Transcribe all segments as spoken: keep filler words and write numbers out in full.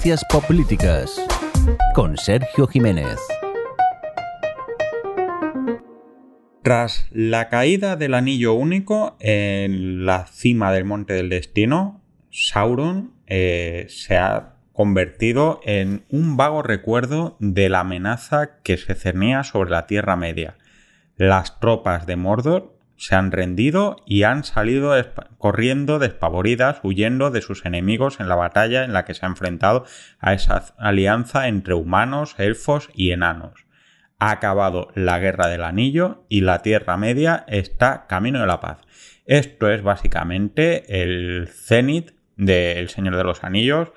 Ciencias Políticas con Sergio Jiménez. Tras la caída del Anillo Único en la cima del Monte del Destino, Sauron eh, se ha convertido en un vago recuerdo de la amenaza que se cernía sobre la Tierra Media. Las tropas de Mordor se han rendido y han salido corriendo despavoridas, huyendo de sus enemigos en la batalla en la que se ha enfrentado a esa alianza entre humanos, elfos y enanos. Ha acabado la Guerra del Anillo y la Tierra Media está camino de la paz. Esto es básicamente el cenit de El Señor de los Anillos,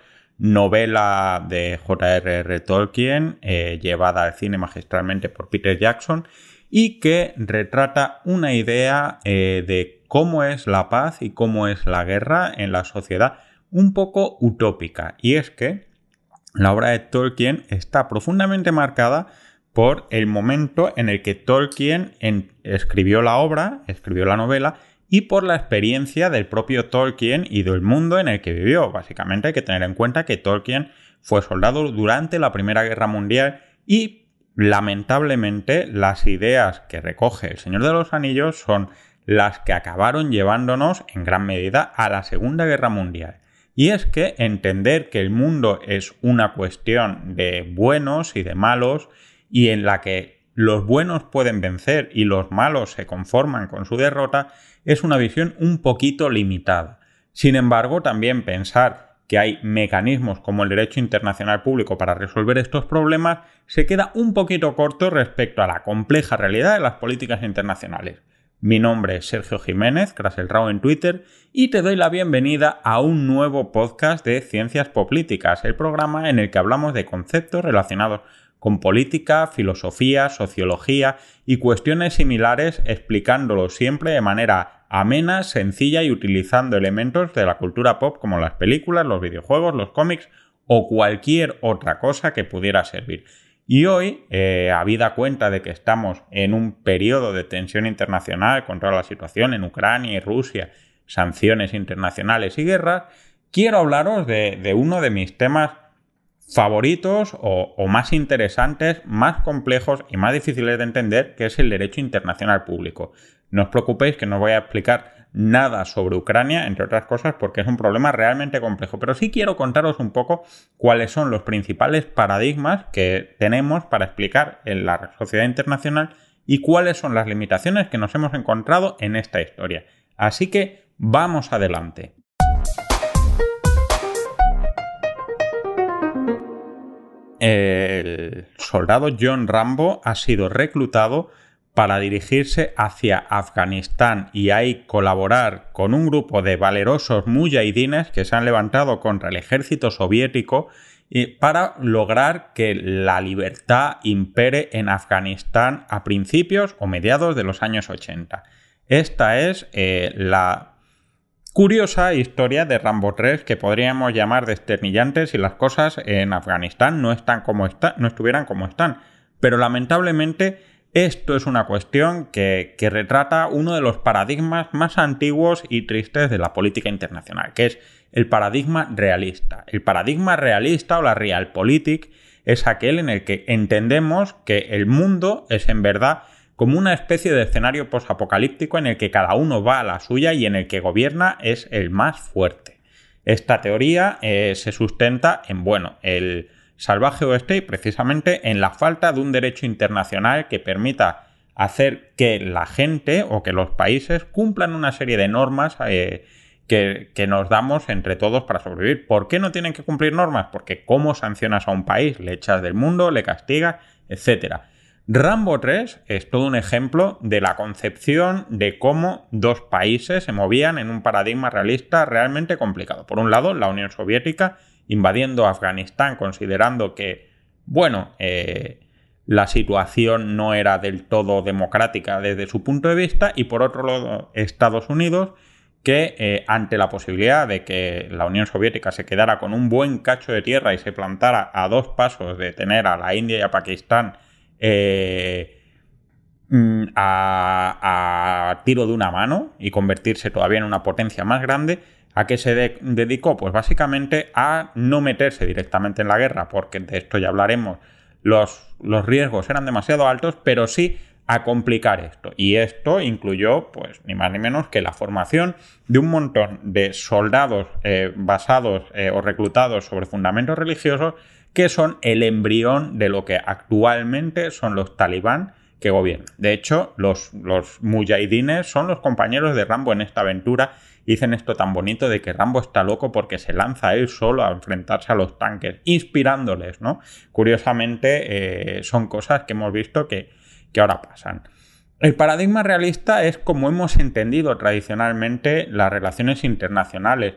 novela de J R R Tolkien, eh, llevada al cine magistralmente por Peter Jackson, y que retrata una idea eh, de cómo es la paz y cómo es la guerra en la sociedad un poco utópica. Y es que la obra de Tolkien está profundamente marcada por el momento en el que Tolkien en, escribió la obra, escribió la novela, y por la experiencia del propio Tolkien y del mundo en el que vivió. Básicamente hay que tener en cuenta que Tolkien fue soldado durante la Primera Guerra Mundial y lamentablemente las ideas que recoge El Señor de los Anillos son las que acabaron llevándonos en gran medida a la Segunda Guerra Mundial. Y es que entender que el mundo es una cuestión de buenos y de malos y en la que los buenos pueden vencer y los malos se conforman con su derrota es una visión un poquito limitada. Sin embargo, también pensar que hay mecanismos como el derecho internacional público para resolver estos problemas se queda un poquito corto respecto a la compleja realidad de las políticas internacionales. Mi nombre es Sergio Jiménez, Craselrao en Twitter, y te doy la bienvenida a un nuevo podcast de Ciencias Políticas, el programa en el que hablamos de conceptos relacionados con política, filosofía, sociología y cuestiones similares, explicándolo siempre de manera amena, sencilla y utilizando elementos de la cultura pop como las películas, los videojuegos, los cómics o cualquier otra cosa que pudiera servir. Y hoy, eh, habida cuenta de que estamos en un periodo de tensión internacional contra la situación en Ucrania y Rusia, sanciones internacionales y guerras, quiero hablaros de, de uno de mis temas favoritos o, o más interesantes, más complejos y más difíciles de entender, que es el derecho internacional público. No os preocupéis que no os voy a explicar nada sobre Ucrania, entre otras cosas, porque es un problema realmente complejo, pero sí quiero contaros un poco cuáles son los principales paradigmas que tenemos para explicar en la sociedad internacional y cuáles son las limitaciones que nos hemos encontrado en esta historia. Así que vamos adelante. El soldado John Rambo ha sido reclutado para dirigirse hacia Afganistán y ahí colaborar con un grupo de valerosos mujahidines que se han levantado contra el ejército soviético para lograr que la libertad impere en Afganistán a principios o mediados de los años ochenta. Esta es eh, la curiosa historia de Rambo tres, que podríamos llamar desternillante si las cosas en Afganistán no están como está, no estuvieran como están. Pero lamentablemente esto es una cuestión que, que retrata uno de los paradigmas más antiguos y tristes de la política internacional, que es el paradigma realista. El paradigma realista o la realpolitik es aquel en el que entendemos que el mundo es en verdad como una especie de escenario posapocalíptico en el que cada uno va a la suya y en el que gobierna es el más fuerte. Esta teoría eh, se sustenta en, bueno, el salvaje oeste y precisamente en la falta de un derecho internacional que permita hacer que la gente o que los países cumplan una serie de normas eh, que, que nos damos entre todos para sobrevivir. ¿Por qué no tienen que cumplir normas? Porque ¿cómo sancionas a un país? Le echas del mundo, le castigas, etcétera. Rambo tres es todo un ejemplo de la concepción de cómo dos países se movían en un paradigma realista realmente complicado. Por un lado, la Unión Soviética invadiendo Afganistán considerando que, bueno, eh, la situación no era del todo democrática desde su punto de vista, y por otro lado, Estados Unidos, que eh, ante la posibilidad de que la Unión Soviética se quedara con un buen cacho de tierra y se plantara a dos pasos de tener a la India y a Pakistán Eh, a, a tiro de una mano y convertirse todavía en una potencia más grande, ¿A qué se de- dedicó? Pues básicamente a no meterse directamente en la guerra, porque de esto ya hablaremos, los, los riesgos eran demasiado altos, pero sí a complicar esto. Y esto incluyó, pues, ni más ni menos que la formación de un montón de soldados eh, basados eh, o reclutados sobre fundamentos religiosos que son el embrión de lo que actualmente son los talibán que gobiernan. De hecho, los, los mujahidines son los compañeros de Rambo en esta aventura. Dicen esto tan bonito de que Rambo está loco porque se lanza él solo a enfrentarse a los tanques, inspirándoles, ¿no? Curiosamente, eh, son cosas que hemos visto que, que ahora pasan. El paradigma realista es como hemos entendido tradicionalmente las relaciones internacionales.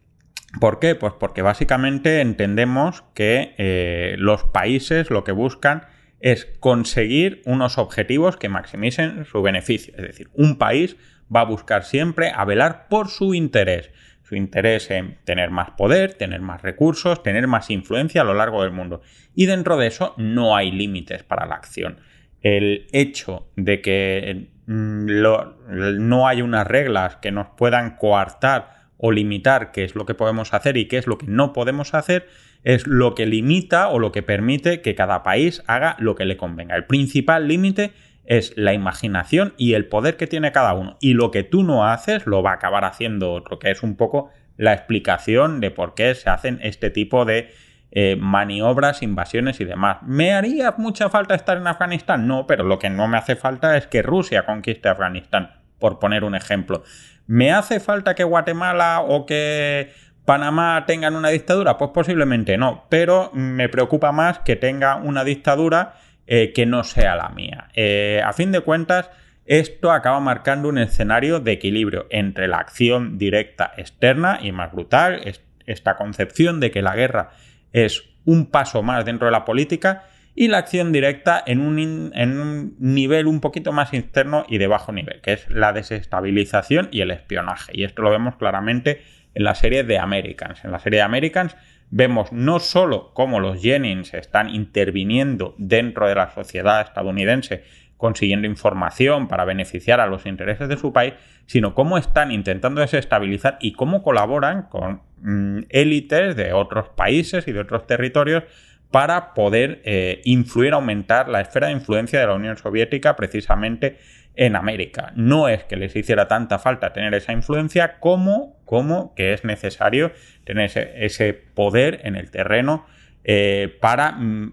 ¿Por qué? Pues porque básicamente entendemos que eh, los países lo que buscan es conseguir unos objetivos que maximicen su beneficio. Es decir, un país va a buscar siempre a velar por su interés. Su interés en tener más poder, tener más recursos, tener más influencia a lo largo del mundo. Y dentro de eso no hay límites para la acción. El hecho de que mm, lo, no hay unas reglas que nos puedan coartar o limitar qué es lo que podemos hacer y qué es lo que no podemos hacer, es lo que limita o lo que permite que cada país haga lo que le convenga. El principal límite es la imaginación y el poder que tiene cada uno. Y lo que tú no haces lo va a acabar haciendo otro, que es un poco la explicación de por qué se hacen este tipo de eh, maniobras, invasiones y demás. ¿Me haría mucha falta estar en Afganistán? No, pero lo que no me hace falta es que Rusia conquiste Afganistán, por poner un ejemplo. ¿Me hace falta que Guatemala o que Panamá tengan una dictadura? Pues posiblemente no, pero me preocupa más que tenga una dictadura eh, que no sea la mía. Eh, a fin de cuentas, esto acaba marcando un escenario de equilibrio entre la acción directa externa y más brutal, es esta concepción de que la guerra es un paso más dentro de la política, y la acción directa en un, en un nivel un poquito más interno y de bajo nivel, que es la desestabilización y el espionaje. Y esto lo vemos claramente en la serie de Americans. En la serie de Americans vemos no solo cómo los Jennings están interviniendo dentro de la sociedad estadounidense, consiguiendo información para beneficiar a los intereses de su país, sino cómo están intentando desestabilizar y cómo colaboran con mmm, élites de otros países y de otros territorios para poder eh, influir, aumentar la esfera de influencia de la Unión Soviética precisamente en América. No es que les hiciera tanta falta tener esa influencia como, como que es necesario tener ese, ese poder en el terreno eh, para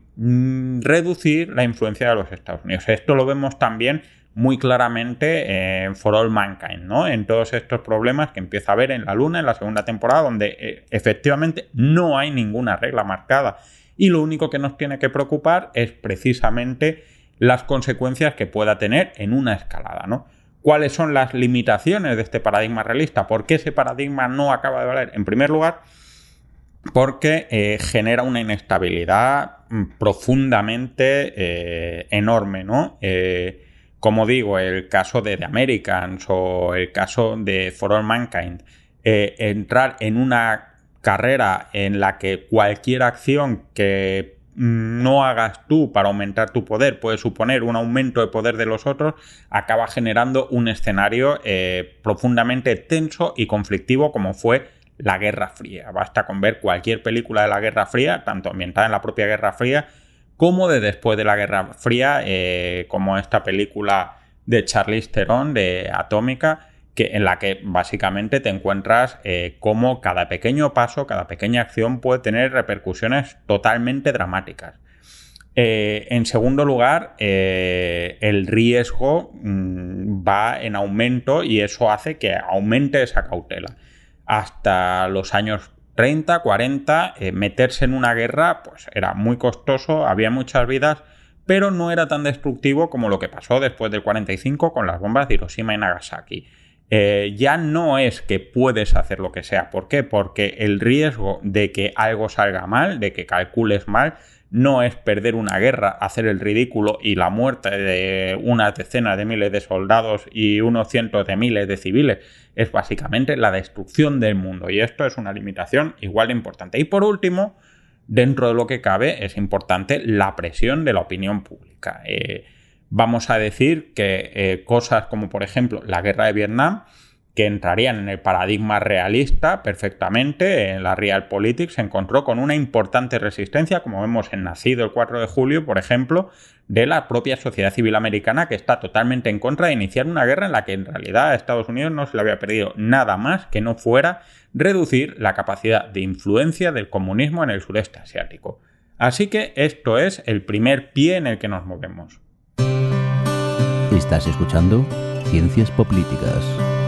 mm, reducir la influencia de los Estados Unidos. Esto lo vemos también muy claramente en For All Mankind, ¿no? En todos estos problemas que empieza a haber en la Luna en la segunda temporada, donde eh, efectivamente no hay ninguna regla marcada. Y lo único que nos tiene que preocupar es precisamente las consecuencias que pueda tener en una escalada, ¿no? ¿Cuáles son las limitaciones de este paradigma realista? ¿Por qué ese paradigma no acaba de valer? En primer lugar, porque eh, genera una inestabilidad profundamente eh, enorme, ¿no? Eh, como digo, el caso de The Americans o el caso de For All Mankind, eh, entrar en una carrera en la que cualquier acción que no hagas tú para aumentar tu poder puede suponer un aumento de poder de los otros, acaba generando un escenario eh, profundamente tenso y conflictivo como fue la Guerra Fría. Basta con ver cualquier película de la Guerra Fría, tanto ambientada en la propia Guerra Fría como de después de la Guerra Fría, eh, como esta película de Charlize Theron de Atómica, que, en la que básicamente te encuentras eh, cómo cada pequeño paso, cada pequeña acción puede tener repercusiones totalmente dramáticas. Eh, en segundo lugar, eh, el riesgo mmm, va en aumento y eso hace que aumente esa cautela. Hasta los años treinta, cuarenta, eh, meterse en una guerra pues era muy costoso, había muchas vidas, pero no era tan destructivo como lo que pasó después del cuarenta y cinco con las bombas de Hiroshima y Nagasaki. Eh, ya no es que puedes hacer lo que sea. ¿Por qué? Porque el riesgo de que algo salga mal, de que calcules mal, no es perder una guerra, hacer el ridículo y la muerte de unas decenas de miles de soldados y unos cientos de miles de civiles. Es básicamente la destrucción del mundo y esto es una limitación igual de importante. Y por último, dentro de lo que cabe, es importante la presión de la opinión pública. Eh, Vamos a decir que eh, cosas como, por ejemplo, la guerra de Vietnam que entrarían en el paradigma realista perfectamente. En la Realpolitik se encontró con una importante resistencia, como vemos en Nacido el cuatro de julio, por ejemplo, de la propia sociedad civil americana, que está totalmente en contra de iniciar una guerra en la que en realidad a Estados Unidos no se le había perdido nada más que no fuera reducir la capacidad de influencia del comunismo en el sureste asiático. Así que esto es el primer pie en el que nos movemos. Estás escuchando Ciencias Políticas.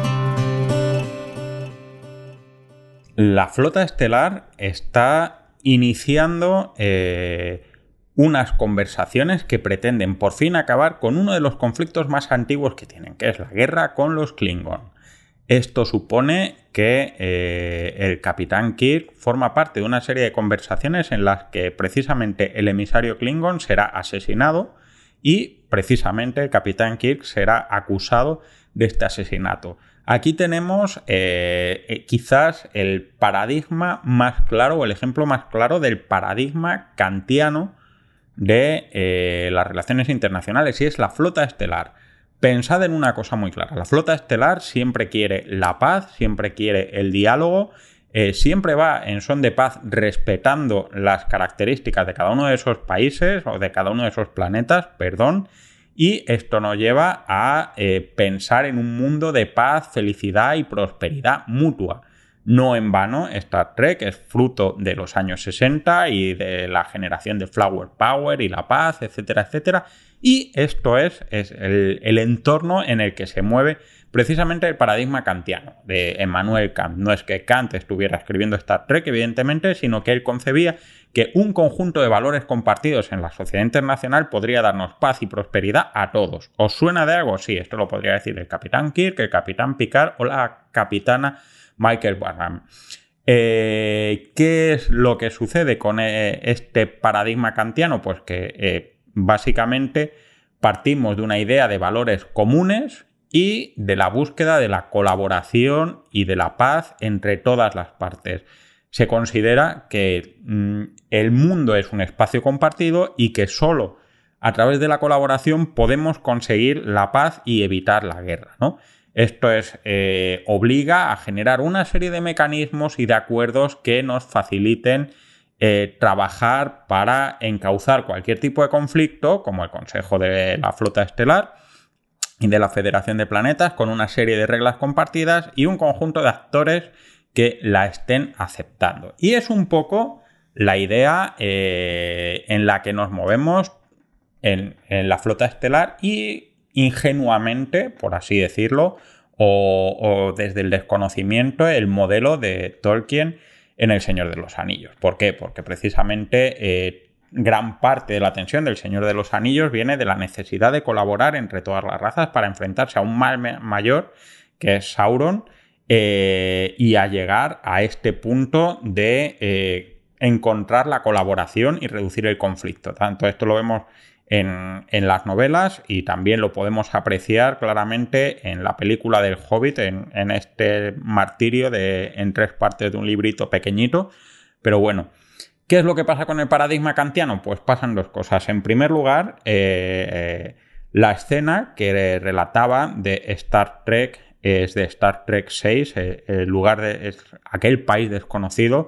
La flota estelar está iniciando eh, unas conversaciones que pretenden por fin acabar con uno de los conflictos más antiguos que tienen, que es la guerra con los Klingon. Esto supone que eh, el Capitán Kirk forma parte de una serie de conversaciones en las que precisamente el emisario Klingon será asesinado y precisamente el Capitán Kirk será acusado de este asesinato. Aquí tenemos eh, quizás el paradigma más claro o el ejemplo más claro del paradigma kantiano de eh, las relaciones internacionales, y es la flota estelar. Pensad en una cosa muy clara: la flota estelar siempre quiere la paz, siempre quiere el diálogo, eh, siempre va en son de paz respetando las características de cada uno de esos países o de cada uno de esos planetas, perdón. Y esto nos lleva a eh, pensar en un mundo de paz, felicidad y prosperidad mutua. No en vano, Star Trek es fruto de los años sesenta y de la generación de Flower Power y la paz, etcétera, etcétera. Y esto es, es el, el entorno en el que se mueve precisamente el paradigma kantiano de Emmanuel Kant. No es que Kant estuviera escribiendo Star Trek, evidentemente, sino que él concebía que un conjunto de valores compartidos en la sociedad internacional podría darnos paz y prosperidad a todos. ¿Os suena de algo? Sí, esto lo podría decir el Capitán Kirk, el Capitán Picard o la Capitana Michael Burnham. Eh, ¿Qué es lo que sucede con eh, este paradigma kantiano? Pues que eh, básicamente partimos de una idea de valores comunes y de la búsqueda de la colaboración y de la paz entre todas las partes. Se considera que mmm, el mundo es un espacio compartido y que solo a través de la colaboración podemos conseguir la paz y evitar la guerra, ¿no? Esto es, eh, obliga a generar una serie de mecanismos y de acuerdos que nos faciliten eh, trabajar para encauzar cualquier tipo de conflicto, como el Consejo de la Flota Estelar y de la Federación de Planetas, con una serie de reglas compartidas y un conjunto de actores que la estén aceptando. Y es un poco la idea eh, en la que nos movemos en, en la Flota Estelar y ingenuamente, por así decirlo, o, o desde el desconocimiento, el modelo de Tolkien en El Señor de los Anillos. ¿Por qué? Porque precisamente eh, gran parte de la tensión del Señor de los Anillos viene de la necesidad de colaborar entre todas las razas para enfrentarse a un mal mayor, que es Sauron, eh, y a llegar a este punto de eh, encontrar la colaboración y reducir el conflicto. Tanto esto lo vemos En, en las novelas y también lo podemos apreciar claramente en la película del Hobbit, en, en este martirio de, en tres partes de un librito pequeñito. Pero bueno, ¿qué es lo que pasa con el paradigma kantiano? Pues pasan dos cosas. En primer lugar, eh, eh, la escena que relataba de Star Trek es de Star Trek seis, eh, el lugar de es aquel país desconocido,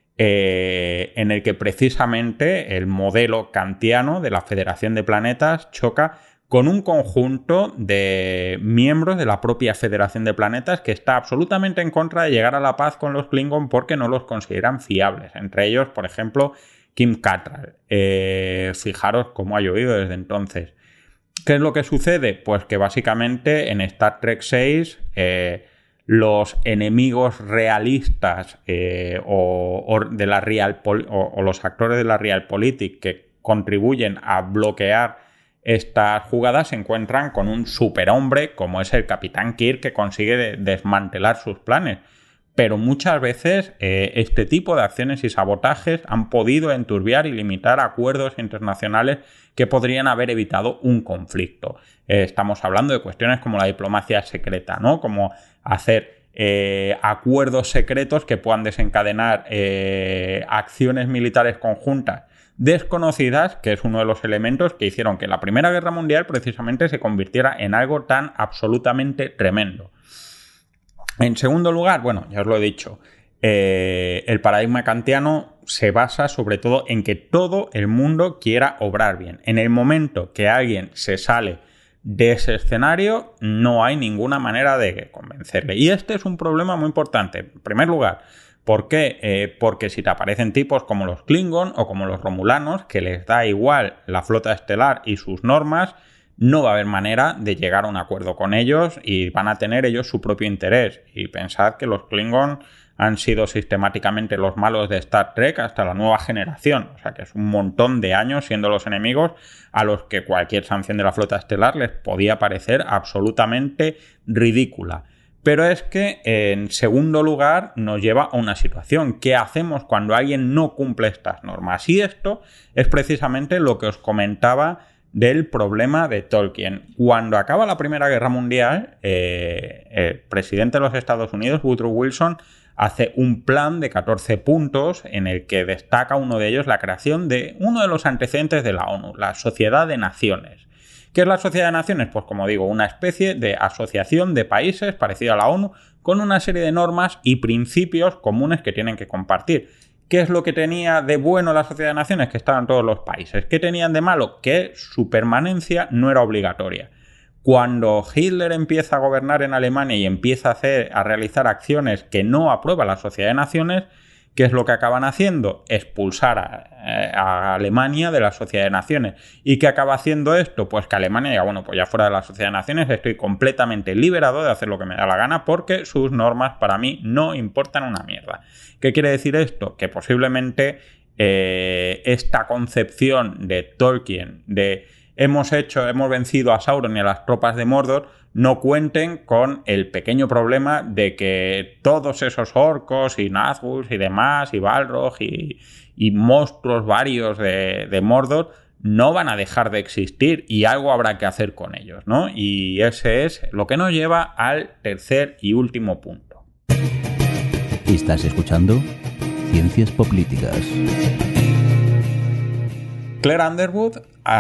Eh, en el que precisamente el modelo kantiano de la Federación de Planetas choca con un conjunto de miembros de la propia Federación de Planetas que está absolutamente en contra de llegar a la paz con los Klingon porque no los consideran fiables. Entre ellos, por ejemplo, Kim Cattrall. Eh, fijaros cómo ha llovido desde entonces. ¿Qué es lo que sucede? Pues que básicamente en Star Trek seis... Eh, los enemigos realistas eh, o, o, de la Real o, o los actores de la Realpolitik que contribuyen a bloquear estas jugadas se encuentran con un superhombre como es el Capitán Kirk, que consigue de desmantelar sus planes. Pero muchas veces eh, este tipo de acciones y sabotajes han podido enturbiar y limitar acuerdos internacionales que podrían haber evitado un conflicto. Eh, estamos hablando de cuestiones como la diplomacia secreta, ¿no? Como hacer eh, acuerdos secretos que puedan desencadenar eh, acciones militares conjuntas desconocidas, que es uno de los elementos que hicieron que la Primera Guerra Mundial precisamente se convirtiera en algo tan absolutamente tremendo. En segundo lugar, bueno, ya os lo he dicho, eh, el paradigma kantiano se basa sobre todo en que todo el mundo quiera obrar bien. En el momento que alguien se sale de ese escenario, no hay ninguna manera de convencerle. Y este es un problema muy importante. En primer lugar, ¿por qué? Eh, porque si te aparecen tipos como los Klingon o como los Romulanos, que les da igual la flota estelar y sus normas, no va a haber manera de llegar a un acuerdo con ellos y van a tener ellos su propio interés. Y pensad que los Klingon han sido sistemáticamente los malos de Star Trek hasta la nueva generación. O sea que es un montón de años siendo los enemigos a los que cualquier sanción de la flota estelar les podía parecer absolutamente ridícula. Pero es que, en segundo lugar, nos lleva a una situación. ¿Qué hacemos cuando alguien no cumple estas normas? Y esto es precisamente lo que os comentaba del problema de Tolkien. Cuando acaba la Primera Guerra Mundial, eh, el presidente de los Estados Unidos, Woodrow Wilson, hace un plan de catorce puntos en el que destaca uno de ellos la creación de uno de los antecedentes de la ONU, la Sociedad de Naciones. ¿Qué es la Sociedad de Naciones? Pues como digo, una especie de asociación de países parecida a la ONU con una serie de normas y principios comunes que tienen que compartir. ¿Qué es lo que tenía de bueno la Sociedad de Naciones? Que estaban todos los países. ¿Qué tenían de malo? Que su permanencia no era obligatoria. Cuando Hitler empieza a gobernar en Alemania y empieza a, hacer, a realizar acciones que no aprueba la Sociedad de Naciones, ¿qué es lo que acaban haciendo? Expulsar a, a Alemania de la Sociedad de Naciones. ¿Y qué acaba haciendo esto? Pues que Alemania diga, bueno, pues ya fuera de la Sociedad de Naciones estoy completamente liberado de hacer lo que me da la gana porque sus normas para mí no importan una mierda. ¿Qué quiere decir esto? Que posiblemente eh, esta concepción de Tolkien de hemos hecho, hemos vencido a Sauron y a las tropas de Mordor, no cuenten con el pequeño problema de que todos esos orcos y Nazgûl y demás, y Balrog y, y monstruos varios de, de Mordor no van a dejar de existir y algo habrá que hacer con ellos, ¿no? Y ese es lo que nos lleva al tercer y último punto. Estás escuchando Ciencias Políticas. Claire Underwood,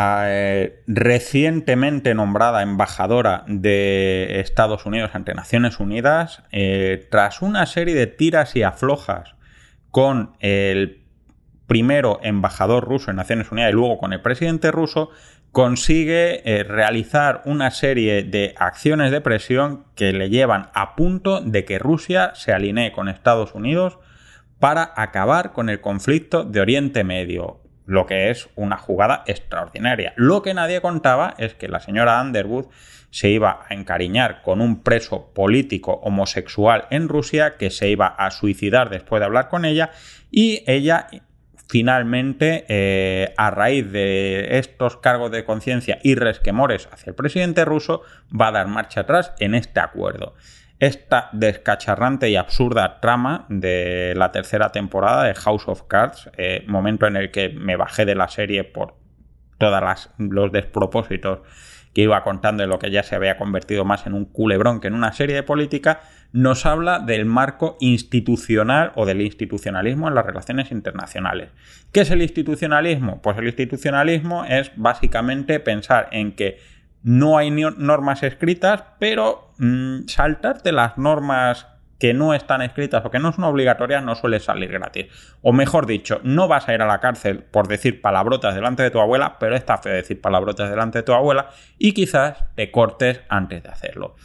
eh, recientemente nombrada embajadora de Estados Unidos ante Naciones Unidas, eh, tras una serie de tiras y aflojas con el primero embajador ruso en Naciones Unidas y luego con el presidente ruso, consigue eh, realizar una serie de acciones de presión que le llevan a punto de que Rusia se alinee con Estados Unidos para acabar con el conflicto de Oriente Medio. Lo que es una jugada extraordinaria. Lo que nadie contaba es que la señora Underwood se iba a encariñar con un preso político homosexual en Rusia que se iba a suicidar después de hablar con ella y ella finalmente, eh, a raíz de estos cargos de conciencia y resquemores hacia el presidente ruso, va a dar marcha atrás en este acuerdo. Esta descacharrante y absurda trama de la tercera temporada de House of Cards, eh, momento en el que me bajé de la serie por todos los despropósitos que iba contando en lo que ya se había convertido más en un culebrón que en una serie de política, nos habla del marco institucional o del institucionalismo en las relaciones internacionales. ¿Qué es el institucionalismo? Pues el institucionalismo es básicamente pensar en que no hay normas escritas, pero mmm, saltarte las normas que no están escritas o que no son obligatorias no suele salir gratis. O mejor dicho, no vas a ir a la cárcel por decir palabrotas delante de tu abuela, pero está feo decir palabrotas delante de tu abuela y quizás te cortes antes de hacerlo.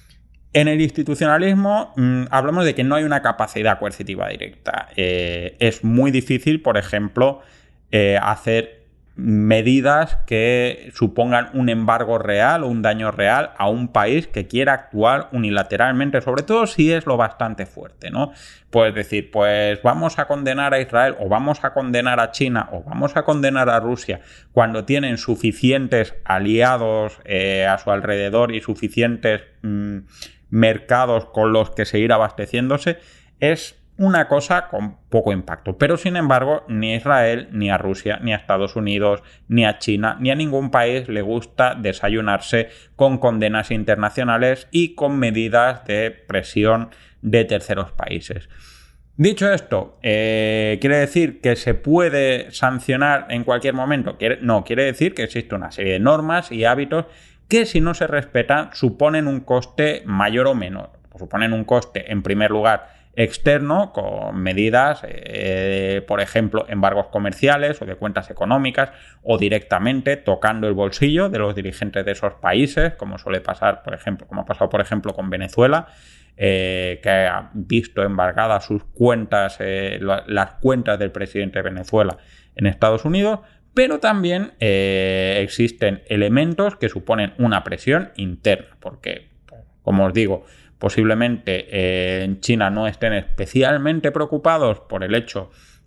En el institucionalismo mmm, hablamos de que no hay una capacidad coercitiva directa. Eh, es muy difícil, por ejemplo, eh, hacer medidas que supongan un embargo real o un daño real a un país que quiera actuar unilateralmente, sobre todo si es lo bastante fuerte, ¿no? Puedes decir, pues vamos a condenar a Israel o vamos a condenar a China o vamos a condenar a Rusia cuando tienen suficientes aliados eh, a su alrededor y suficientes mmm, mercados con los que seguir abasteciéndose. Es una cosa con poco impacto, pero sin embargo ni a Israel, ni a Rusia, ni a Estados Unidos, ni a China, ni a ningún país le gusta desayunarse con condenas internacionales y con medidas de presión de terceros países. Dicho esto, eh, ¿quiere decir que se puede sancionar en cualquier momento? No, quiere decir que existe una serie de normas y hábitos que si no se respetan suponen un coste mayor o menor. pues suponen un coste, en primer lugar, externo, con medidas, eh, por ejemplo, embargos comerciales o de cuentas económicas, o directamente tocando el bolsillo de los dirigentes de esos países, como suele pasar, por ejemplo, como ha pasado, por ejemplo, con Venezuela, eh, que ha visto embargadas sus cuentas, eh, las cuentas del presidente de Venezuela en Estados Unidos. Pero también eh, existen elementos que suponen una presión interna, porque, como os digo, posiblemente eh, en China no estén especialmente preocupados por el hecho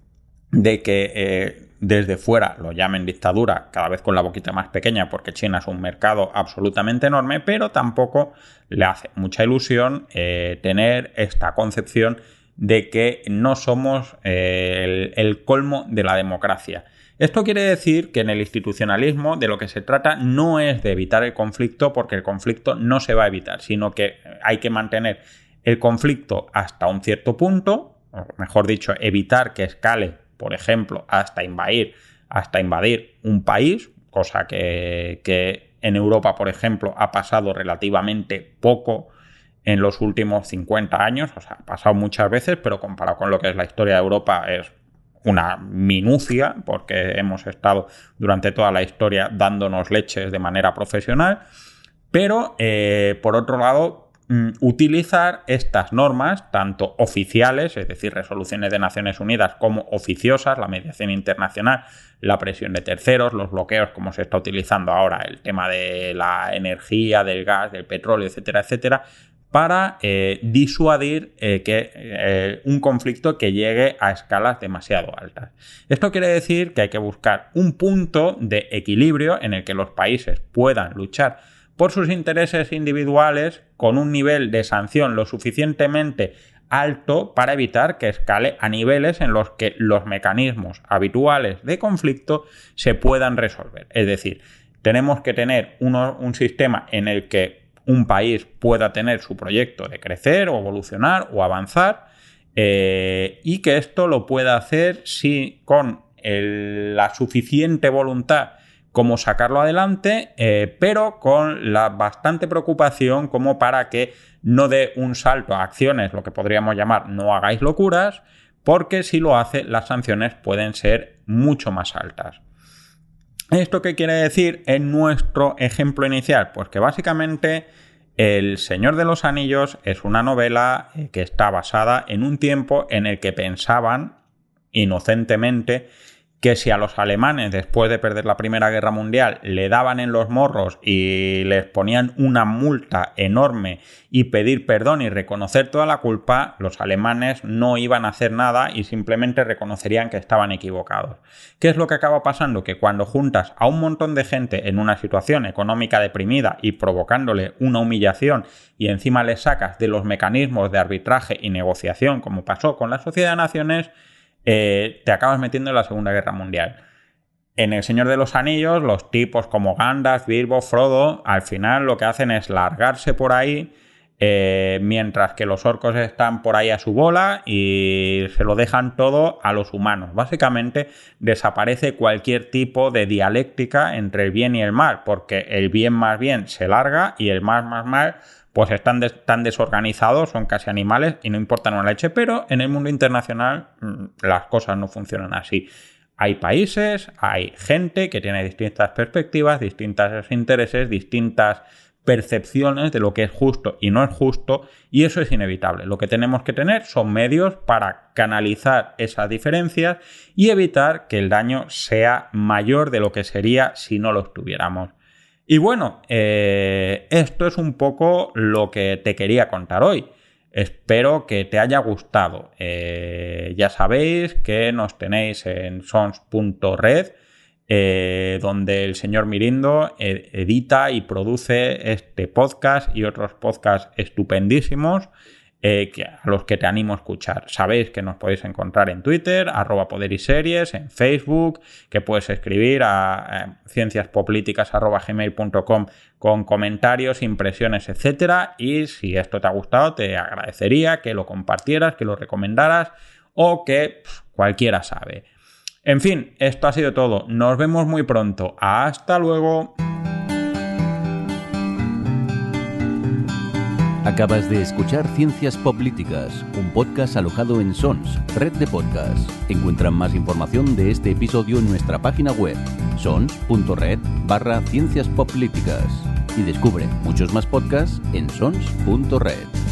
de que eh, desde fuera lo llamen dictadura, cada vez con la boquita más pequeña, porque China es un mercado absolutamente enorme, pero tampoco le hace mucha ilusión eh, tener esta concepción de que no somos eh, el, el colmo de la democracia. Esto quiere decir que en el institucionalismo de lo que se trata no es de evitar el conflicto, porque el conflicto no se va a evitar, sino que hay que mantener el conflicto hasta un cierto punto, o mejor dicho, evitar que escale, por ejemplo, hasta invadir, hasta invadir un país, cosa que, que en Europa, por ejemplo, ha pasado relativamente poco en los últimos cincuenta años, o sea, ha pasado muchas veces, pero comparado con lo que es la historia de Europa es una minucia, porque hemos estado durante toda la historia dándonos leches de manera profesional, pero eh, por otro lado, mm, utilizar estas normas, tanto oficiales, es decir, resoluciones de Naciones Unidas, como oficiosas, la mediación internacional, la presión de terceros, los bloqueos, como se está utilizando ahora, el tema de la energía, del gas, del petróleo, etcétera, etcétera, para eh, disuadir eh, que, eh, un conflicto que llegue a escalas demasiado altas. Esto quiere decir que hay que buscar un punto de equilibrio en el que los países puedan luchar por sus intereses individuales con un nivel de sanción lo suficientemente alto para evitar que escale a niveles en los que los mecanismos habituales de conflicto se puedan resolver. Es decir, tenemos que tener uno, un sistema en el que un país pueda tener su proyecto de crecer o evolucionar o avanzar eh, y que esto lo pueda hacer sí, con el, la suficiente voluntad como sacarlo adelante, eh, pero con la bastante preocupación como para que no dé un salto a acciones, lo que podríamos llamar no hagáis locuras, porque si lo hace las sanciones pueden ser mucho más altas. ¿Esto qué quiere decir en nuestro ejemplo inicial? Pues que básicamente El Señor de los Anillos es una novela que está basada en un tiempo en el que pensaban inocentemente que si a los alemanes, después de perder la Primera Guerra Mundial, le daban en los morros y les ponían una multa enorme y pedir perdón y reconocer toda la culpa, los alemanes no iban a hacer nada y simplemente reconocerían que estaban equivocados. ¿Qué es lo que acaba pasando? Que cuando juntas a un montón de gente en una situación económica deprimida y provocándole una humillación y encima les sacas de los mecanismos de arbitraje y negociación, como pasó con la Sociedad de Naciones, Eh, te acabas metiendo en la Segunda Guerra Mundial. En El Señor de los Anillos, los tipos como Gandalf, Bilbo, Frodo, al final lo que hacen es largarse por ahí, eh, mientras que los orcos están por ahí a su bola y se lo dejan todo a los humanos. Básicamente desaparece cualquier tipo de dialéctica entre el bien y el mal, porque el bien más bien se larga y el mal más mal pues están des- tan desorganizados, son casi animales y no importan una leche, pero en el mundo internacional mmm, las cosas no funcionan así. Hay países, hay gente que tiene distintas perspectivas, distintos intereses, distintas percepciones de lo que es justo y no es justo, y eso es inevitable. Lo que tenemos que tener son medios para canalizar esas diferencias y evitar que el daño sea mayor de lo que sería si no los tuviéramos. Y bueno, eh, esto es un poco lo que te quería contar hoy. Espero que te haya gustado. Eh, ya sabéis que nos tenéis en sons punto red, eh, donde el señor Mirindo ed- edita y produce este podcast y otros podcasts estupendísimos eh, que, a los que te animo a escuchar. Sabéis que nos podéis encontrar en Twitter, arroba poder y series, en Facebook, que puedes escribir a, a cienciaspolíticas arroba gmail punto com con comentarios, impresiones, etcétera. Y si esto te ha gustado, te agradecería que lo compartieras, que lo recomendaras o que pff, cualquiera sabe. En fin, esto ha sido todo. Nos vemos muy pronto. Hasta luego. Acabas de escuchar Ciencias Políticas, un podcast alojado en Sons, red de podcasts. Encuentran más información de este episodio en nuestra página web, sons punto red barra ciencias políticas. Y descubre muchos más podcasts en sons punto red.